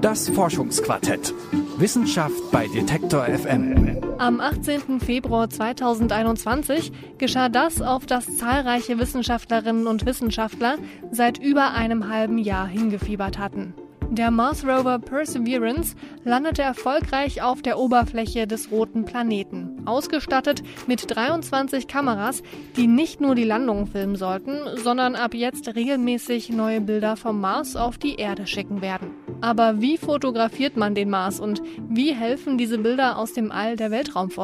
Das Forschungsquartett. Wissenschaft bei Detektor FM. Am 18. Februar 2021 geschah das, auf das zahlreiche Wissenschaftlerinnen und Wissenschaftler seit über einem halben Jahr hingefiebert hatten. Der Mars-Rover Perseverance landete erfolgreich auf der Oberfläche des roten Planeten, ausgestattet mit 23 Kameras, die nicht nur die Landung filmen sollten, sondern ab jetzt regelmäßig neue Bilder vom Mars auf die Erde schicken werden. Aber wie fotografiert man den Mars und wie helfen diese Bilder aus dem All der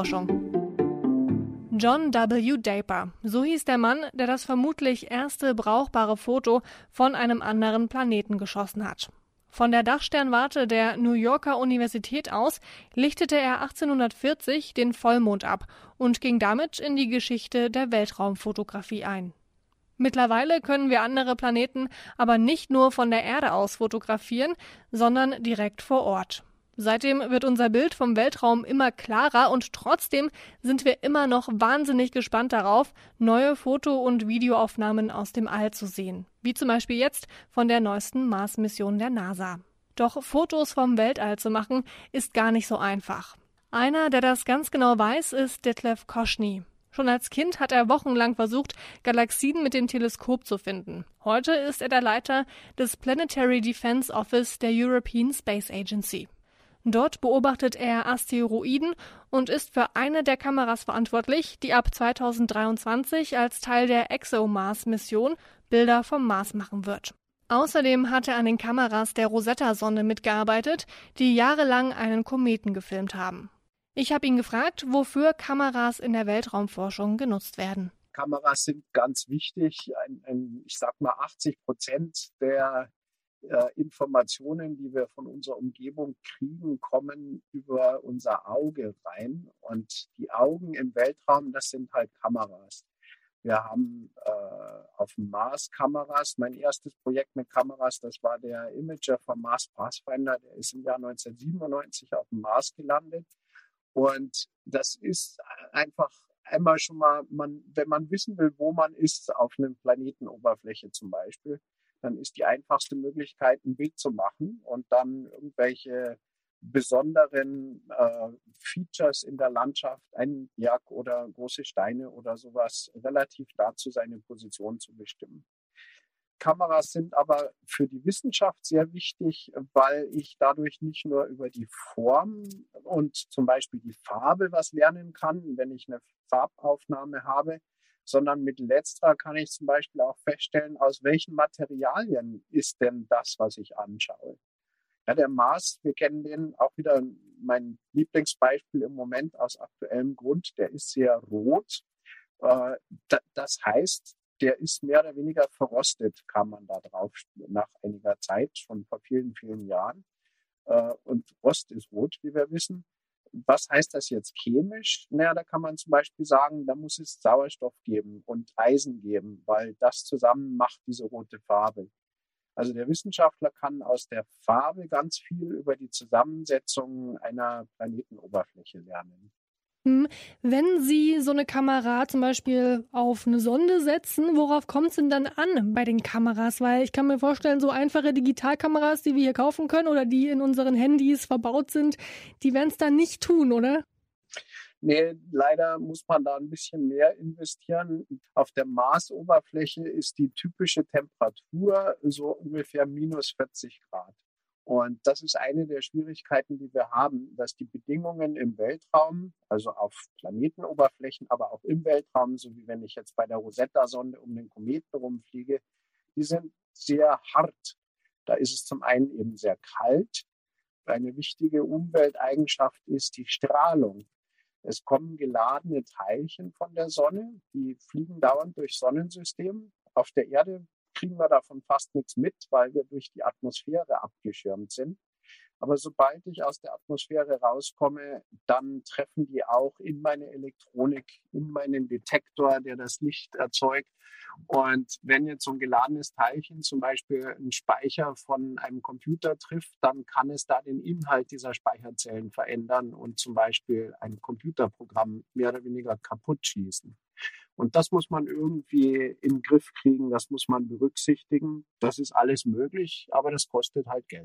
Weltraumforschung? John W. Draper, so hieß der Mann, der das vermutlich erste brauchbare Foto von einem anderen Planeten geschossen hat. Von der Dachsternwarte der New Yorker Universität aus lichtete er 1840 den Vollmond ab und ging damit in die Geschichte der Weltraumfotografie ein. Mittlerweile können wir andere Planeten aber nicht nur von der Erde aus fotografieren, sondern direkt vor Ort. Seitdem wird unser Bild vom Weltraum immer klarer und trotzdem sind wir immer noch wahnsinnig gespannt darauf, neue Foto- und Videoaufnahmen aus dem All zu sehen. Wie zum Beispiel jetzt von der neuesten Mars-Mission der NASA. Doch Fotos vom Weltall zu machen, ist gar nicht so einfach. Einer, der das ganz genau weiß, ist Detlef Koschny. Schon als Kind hat er wochenlang versucht, Galaxien mit dem Teleskop zu finden. Heute ist er der Leiter des Planetary Defense Office der European Space Agency. Dort beobachtet er Asteroiden und ist für eine der Kameras verantwortlich, die ab 2023 als Teil der ExoMars-Mission Bilder vom Mars machen wird. Außerdem hat er an den Kameras der Rosetta-Sonde mitgearbeitet, die jahrelang einen Kometen gefilmt haben. Ich habe ihn gefragt, wofür Kameras in der Weltraumforschung genutzt werden. Kameras sind ganz wichtig. Ich sag mal 80% der Informationen, die wir von unserer Umgebung kriegen, kommen über unser Auge rein. Und die Augen im Weltraum, das sind halt Kameras. Wir haben auf dem Mars Kameras. Mein erstes Projekt mit Kameras, das war der Imager vom Mars Pathfinder. Der ist im Jahr 1997 auf dem Mars gelandet. Und das ist einfach einmal schon mal, wenn man wissen will, wo man ist, auf einer Planetenoberfläche zum Beispiel, dann ist die einfachste Möglichkeit, ein Bild zu machen und dann irgendwelche besonderen Features in der Landschaft, einen Berg oder große Steine oder sowas, relativ dazu seine Position zu bestimmen. Kameras sind aber für die Wissenschaft sehr wichtig, weil ich dadurch nicht nur über die Form und zum Beispiel die Farbe was lernen kann, wenn ich eine Farbaufnahme habe, sondern mit letzterer kann ich zum Beispiel auch feststellen, aus welchen Materialien ist denn das, was ich anschaue. Ja, der Mars, wir kennen den auch wieder, mein Lieblingsbeispiel im Moment aus aktuellem Grund, der ist sehr rot. Das heißt, der ist mehr oder weniger verrostet, kam man da drauf nach einiger Zeit, schon vor vielen, vielen Jahren. Und Rost ist rot, wie wir wissen. Was heißt das jetzt chemisch? Naja, da kann man zum Beispiel sagen, da muss es Sauerstoff geben und Eisen geben, weil das zusammen macht diese rote Farbe. Also der Wissenschaftler kann aus der Farbe ganz viel über die Zusammensetzung einer Planetenoberfläche lernen. Wenn Sie so eine Kamera zum Beispiel auf eine Sonde setzen, worauf kommt es denn dann an bei den Kameras? Weil ich kann mir vorstellen, so einfache Digitalkameras, die wir hier kaufen können oder die in unseren Handys verbaut sind, die werden es dann nicht tun, oder? Nee, leider muss man da ein bisschen mehr investieren. Auf der Marsoberfläche ist die typische Temperatur so ungefähr minus 40 Grad. Und das ist eine der Schwierigkeiten, die wir haben, dass die Bedingungen im Weltraum, also auf Planetenoberflächen, aber auch im Weltraum, so wie wenn ich jetzt bei der Rosetta-Sonde um den Kometen rumfliege, die sind sehr hart. Da ist es zum einen eben sehr kalt. Eine wichtige Umwelteigenschaft ist die Strahlung. Es kommen geladene Teilchen von der Sonne, die fliegen dauernd durchs Sonnensystem. Auf der Erde kriegen wir davon fast nichts mit, weil wir durch die Atmosphäre abgeschirmt sind. Aber sobald ich aus der Atmosphäre rauskomme, dann treffen die auch in meine Elektronik, in meinen Detektor, der das Licht erzeugt. Und wenn jetzt so ein geladenes Teilchen zum Beispiel einen Speicher von einem Computer trifft, dann kann es da den Inhalt dieser Speicherzellen verändern und zum Beispiel ein Computerprogramm mehr oder weniger kaputt schießen. Und das muss man irgendwie in den Griff kriegen, das muss man berücksichtigen. Das ist alles möglich, aber das kostet halt Geld.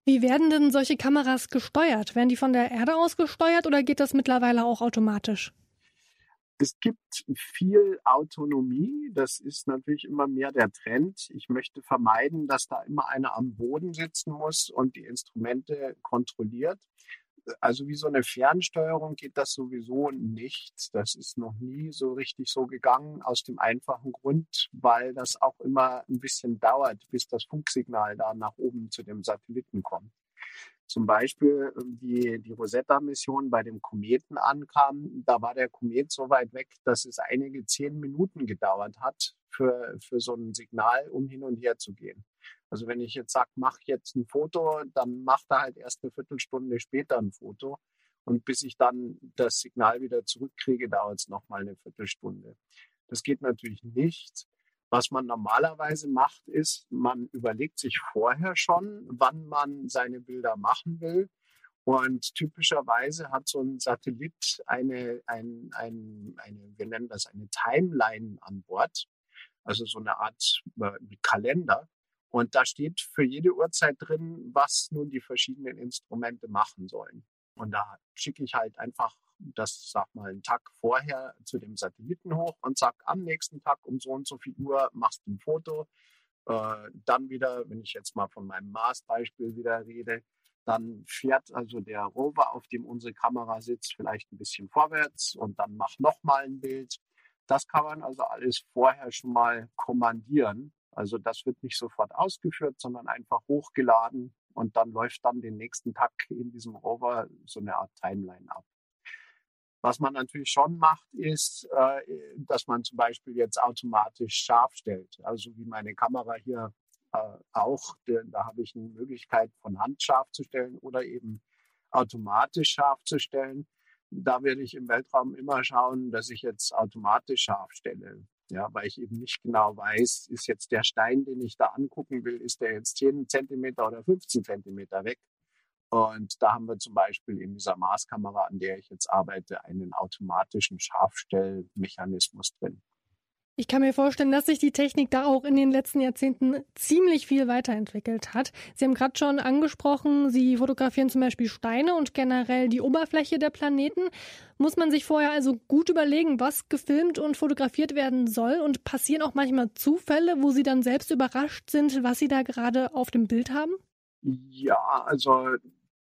Wie werden denn solche Kameras gesteuert? Werden die von der Erde aus gesteuert oder geht das mittlerweile auch automatisch? Es gibt viel Autonomie. Das ist natürlich immer mehr der Trend. Ich möchte vermeiden, dass da immer einer am Boden sitzen muss und die Instrumente kontrolliert. Also wie so eine Fernsteuerung geht das sowieso nicht. Das ist noch nie so richtig so gegangen, aus dem einfachen Grund, weil das auch immer ein bisschen dauert, bis das Funksignal da nach oben zu dem Satelliten kommt. Zum Beispiel die Rosetta-Mission bei dem Kometen ankam, da war der Komet so weit weg, dass es einige 10 Minuten gedauert hat, für so ein Signal, um hin und her zu gehen. Also wenn ich jetzt sage, mach jetzt ein Foto, dann macht er halt erst eine Viertelstunde später ein Foto. Und bis ich dann das Signal wieder zurückkriege, dauert es nochmal eine Viertelstunde. Das geht natürlich nicht. Was man normalerweise macht, ist, man überlegt sich vorher schon, wann man seine Bilder machen will. Und typischerweise hat so ein Satellit wir nennen das eine Timeline an Bord, also so eine Art Kalender. Und da steht für jede Uhrzeit drin, was nun die verschiedenen Instrumente machen sollen. Und da schicke ich halt einfach das, sag mal, einen Tag vorher zu dem Satelliten hoch und sag, am nächsten Tag um so und so viel Uhr machst du ein Foto. Dann wieder, wenn ich jetzt mal von meinem Mars-Beispiel wieder rede, dann fährt also der Rover, auf dem unsere Kamera sitzt, vielleicht ein bisschen vorwärts und dann macht nochmal ein Bild. Das kann man also alles vorher schon mal kommandieren. Also das wird nicht sofort ausgeführt, sondern einfach hochgeladen und dann läuft dann den nächsten Tag in diesem Rover so eine Art Timeline ab. Was man natürlich schon macht, ist, dass man zum Beispiel jetzt automatisch scharf stellt. Also wie meine Kamera hier auch, da habe ich eine Möglichkeit von Hand scharf zu stellen oder eben automatisch scharf zu stellen. Da werde ich im Weltraum immer schauen, dass ich jetzt automatisch scharf stelle. Ja, weil ich eben nicht genau weiß, ist jetzt der Stein, den ich da angucken will, ist der jetzt 10 Zentimeter oder 15 Zentimeter weg? Und da haben wir zum Beispiel in dieser Mars-Kamera, an der ich jetzt arbeite, einen automatischen Scharfstellmechanismus drin. Ich kann mir vorstellen, dass sich die Technik da auch in den letzten Jahrzehnten ziemlich viel weiterentwickelt hat. Sie haben gerade schon angesprochen, Sie fotografieren zum Beispiel Steine und generell die Oberfläche der Planeten. Muss man sich vorher also gut überlegen, was gefilmt und fotografiert werden soll? Und passieren auch manchmal Zufälle, wo Sie dann selbst überrascht sind, was Sie da gerade auf dem Bild haben? Ja, also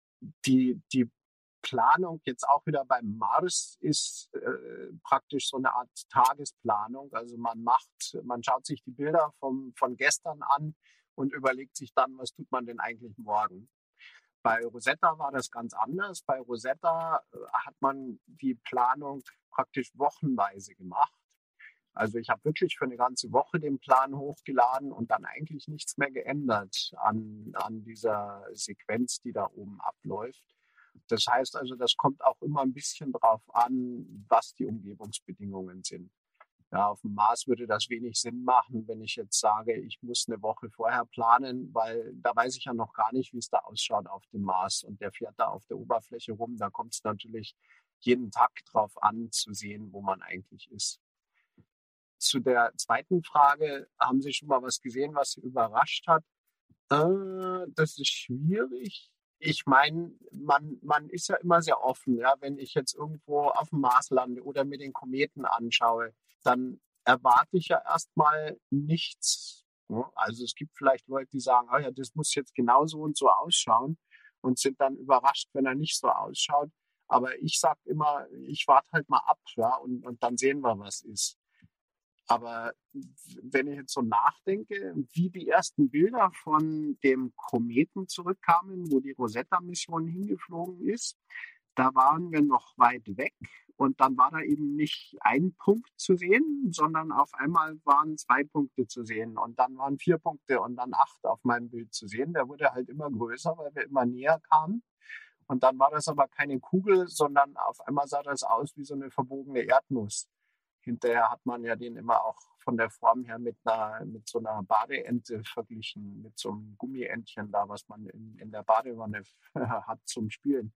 die Planung jetzt auch wieder beim Mars ist praktisch so eine Art Tagesplanung. Also man schaut sich die Bilder von gestern an und überlegt sich dann, was tut man denn eigentlich morgen. Bei Rosetta war das ganz anders. Bei Rosetta hat man die Planung praktisch wochenweise gemacht. Also ich habe wirklich für eine ganze Woche den Plan hochgeladen und dann eigentlich nichts mehr geändert an dieser Sequenz, die da oben abläuft. Das heißt also, das kommt auch immer ein bisschen drauf an, was die Umgebungsbedingungen sind. Ja, auf dem Mars würde das wenig Sinn machen, wenn ich jetzt sage, ich muss eine Woche vorher planen, weil da weiß ich ja noch gar nicht, wie es da ausschaut auf dem Mars. Und der fährt da auf der Oberfläche rum. Da kommt es natürlich jeden Tag drauf an, zu sehen, wo man eigentlich ist. Zu der zweiten Frage, haben Sie schon mal was gesehen, was Sie überrascht hat? Das ist schwierig. Ich meine, man ist ja immer sehr offen. Ja? Wenn ich jetzt irgendwo auf dem Mars lande oder mir den Kometen anschaue, dann erwarte ich ja erstmal nichts. Ja? Also es gibt vielleicht Leute, die sagen, oh ja, das muss jetzt genau so und so ausschauen und sind dann überrascht, wenn er nicht so ausschaut. Aber ich sage immer, ich warte halt mal ab, ja? und dann sehen wir, was ist. Aber wenn ich jetzt so nachdenke, wie die ersten Bilder von dem Kometen zurückkamen, wo die Rosetta-Mission hingeflogen ist, da waren wir noch weit weg und dann war da eben nicht ein Punkt zu sehen, sondern auf einmal waren 2 Punkte zu sehen und dann waren 4 Punkte und dann 8 auf meinem Bild zu sehen. Der wurde halt immer größer, weil wir immer näher kamen. Und dann war das aber keine Kugel, sondern auf einmal sah das aus wie so eine verbogene Erdnuss. Hinterher hat man ja den immer auch von der Form her mit so einer Badeente verglichen, mit so einem Gummientchen da, was man in der Badewanne hat zum Spielen.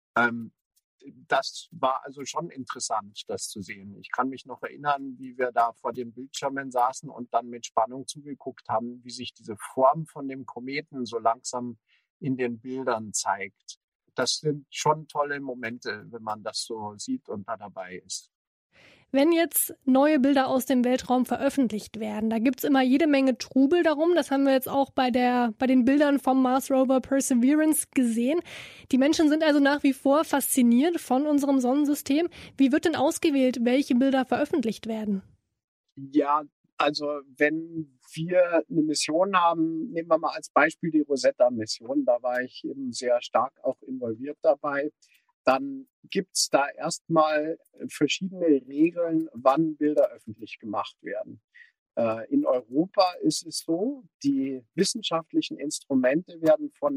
Das war also schon interessant, das zu sehen. Ich kann mich noch erinnern, wie wir da vor den Bildschirmen saßen und dann mit Spannung zugeguckt haben, wie sich diese Form von dem Kometen so langsam in den Bildern zeigt. Das sind schon tolle Momente, wenn man das so sieht und da dabei ist. Wenn jetzt neue Bilder aus dem Weltraum veröffentlicht werden, da gibt's immer jede Menge Trubel darum. Das haben wir jetzt auch bei den Bildern vom Mars Rover Perseverance gesehen. Die Menschen sind also nach wie vor fasziniert von unserem Sonnensystem. Wie wird denn ausgewählt, welche Bilder veröffentlicht werden? Ja, also wenn wir eine Mission haben, nehmen wir mal als Beispiel die Rosetta-Mission, da war ich eben sehr stark auch involviert dabei. Dann gibt's da erstmal verschiedene Regeln, wann Bilder öffentlich gemacht werden. In Europa ist es so, die wissenschaftlichen Instrumente werden von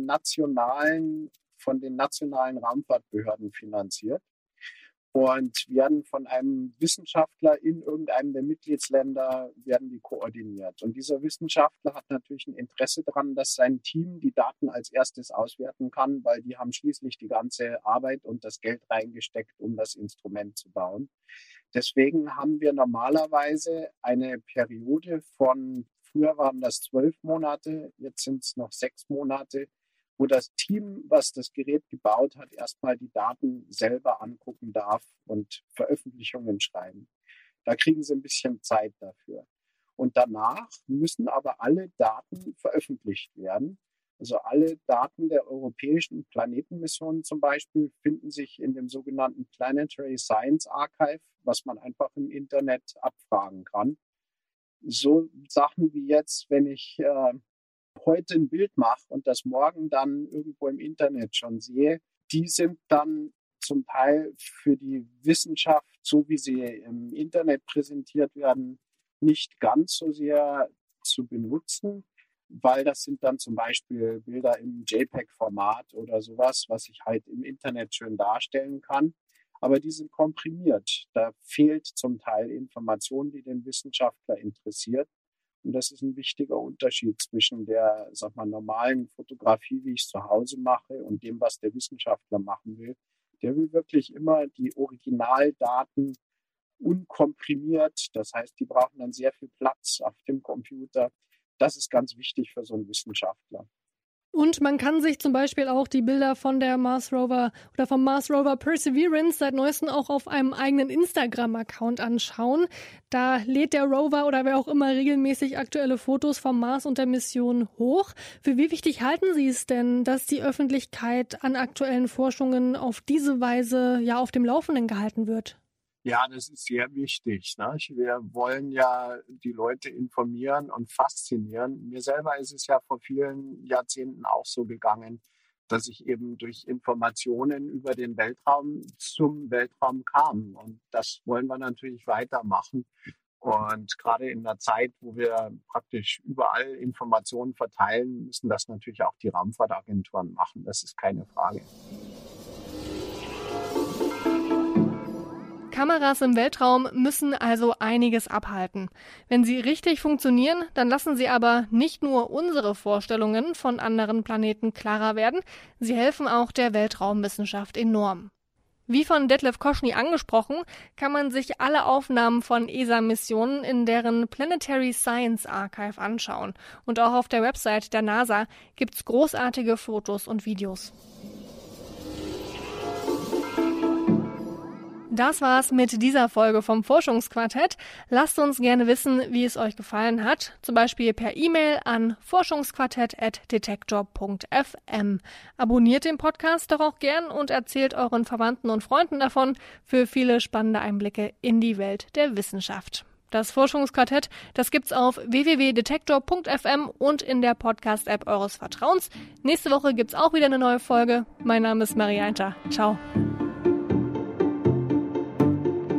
den nationalen Raumfahrtbehörden finanziert und werden von einem Wissenschaftler in irgendeinem der Mitgliedsländer werden die koordiniert. Und dieser Wissenschaftler hat natürlich ein Interesse daran, dass sein Team die Daten als erstes auswerten kann, weil die haben schließlich die ganze Arbeit und das Geld reingesteckt, um das Instrument zu bauen. Deswegen haben wir normalerweise eine Periode von, früher waren das 12 Monate, jetzt sind es noch 6 Monate, wo das Team, was das Gerät gebaut hat, erstmal die Daten selber angucken darf und Veröffentlichungen schreiben. Da kriegen sie ein bisschen Zeit dafür. Und danach müssen aber alle Daten veröffentlicht werden. Also alle Daten der europäischen Planetenmissionen zum Beispiel finden sich in dem sogenannten Planetary Science Archive, was man einfach im Internet abfragen kann. So Sachen wie jetzt, wenn ich heute ein Bild mache und das morgen dann irgendwo im Internet schon sehe, die sind dann zum Teil für die Wissenschaft, so wie sie im Internet präsentiert werden, nicht ganz so sehr zu benutzen, weil das sind dann zum Beispiel Bilder im JPEG-Format oder sowas, was ich halt im Internet schön darstellen kann. Aber die sind komprimiert. Da fehlt zum Teil Information, die den Wissenschaftler interessiert. Und das ist ein wichtiger Unterschied zwischen der, normalen Fotografie, wie ich es zu Hause mache, und dem, was der Wissenschaftler machen will. Der will wirklich immer die Originaldaten unkomprimiert. Das heißt, die brauchen dann sehr viel Platz auf dem Computer. Das ist ganz wichtig für so einen Wissenschaftler. Und man kann sich zum Beispiel auch die Bilder von der Mars Rover oder vom Mars Rover Perseverance seit neuestem auch auf einem eigenen Instagram-Account anschauen. Da lädt der Rover oder wer auch immer regelmäßig aktuelle Fotos vom Mars und der Mission hoch. Für wie wichtig halten Sie es denn, dass die Öffentlichkeit an aktuellen Forschungen auf diese Weise auf dem Laufenden gehalten wird? Ja, das ist sehr wichtig. Ne? Wir wollen ja die Leute informieren und faszinieren. Mir selber ist es ja vor vielen Jahrzehnten auch so gegangen, dass ich eben durch Informationen über den Weltraum zum Weltraum kam. Und das wollen wir natürlich weitermachen. Und gerade in einer Zeit, wo wir praktisch überall Informationen verteilen, müssen das natürlich auch die Raumfahrtagenturen machen. Das ist keine Frage. Kameras im Weltraum müssen also einiges abhalten. Wenn sie richtig funktionieren, dann lassen sie aber nicht nur unsere Vorstellungen von anderen Planeten klarer werden, sie helfen auch der Weltraumwissenschaft enorm. Wie von Detlef Koschny angesprochen, kann man sich alle Aufnahmen von ESA-Missionen in deren Planetary Science Archive anschauen. Und auch auf der Website der NASA gibt's großartige Fotos und Videos. Das war's mit dieser Folge vom Forschungsquartett. Lasst uns gerne wissen, wie es euch gefallen hat. Zum Beispiel per E-Mail an forschungsquartett@detektor.fm. Abonniert den Podcast doch auch gern und erzählt euren Verwandten und Freunden davon für viele spannende Einblicke in die Welt der Wissenschaft. Das Forschungsquartett, das gibt's auf www.detektor.fm und in der Podcast-App eures Vertrauens. Nächste Woche gibt's auch wieder eine neue Folge. Mein Name ist Maria Einter. Ciao.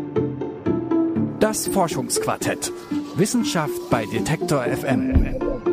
Das Forschungsquartett. Wissenschaft bei Detektor FM.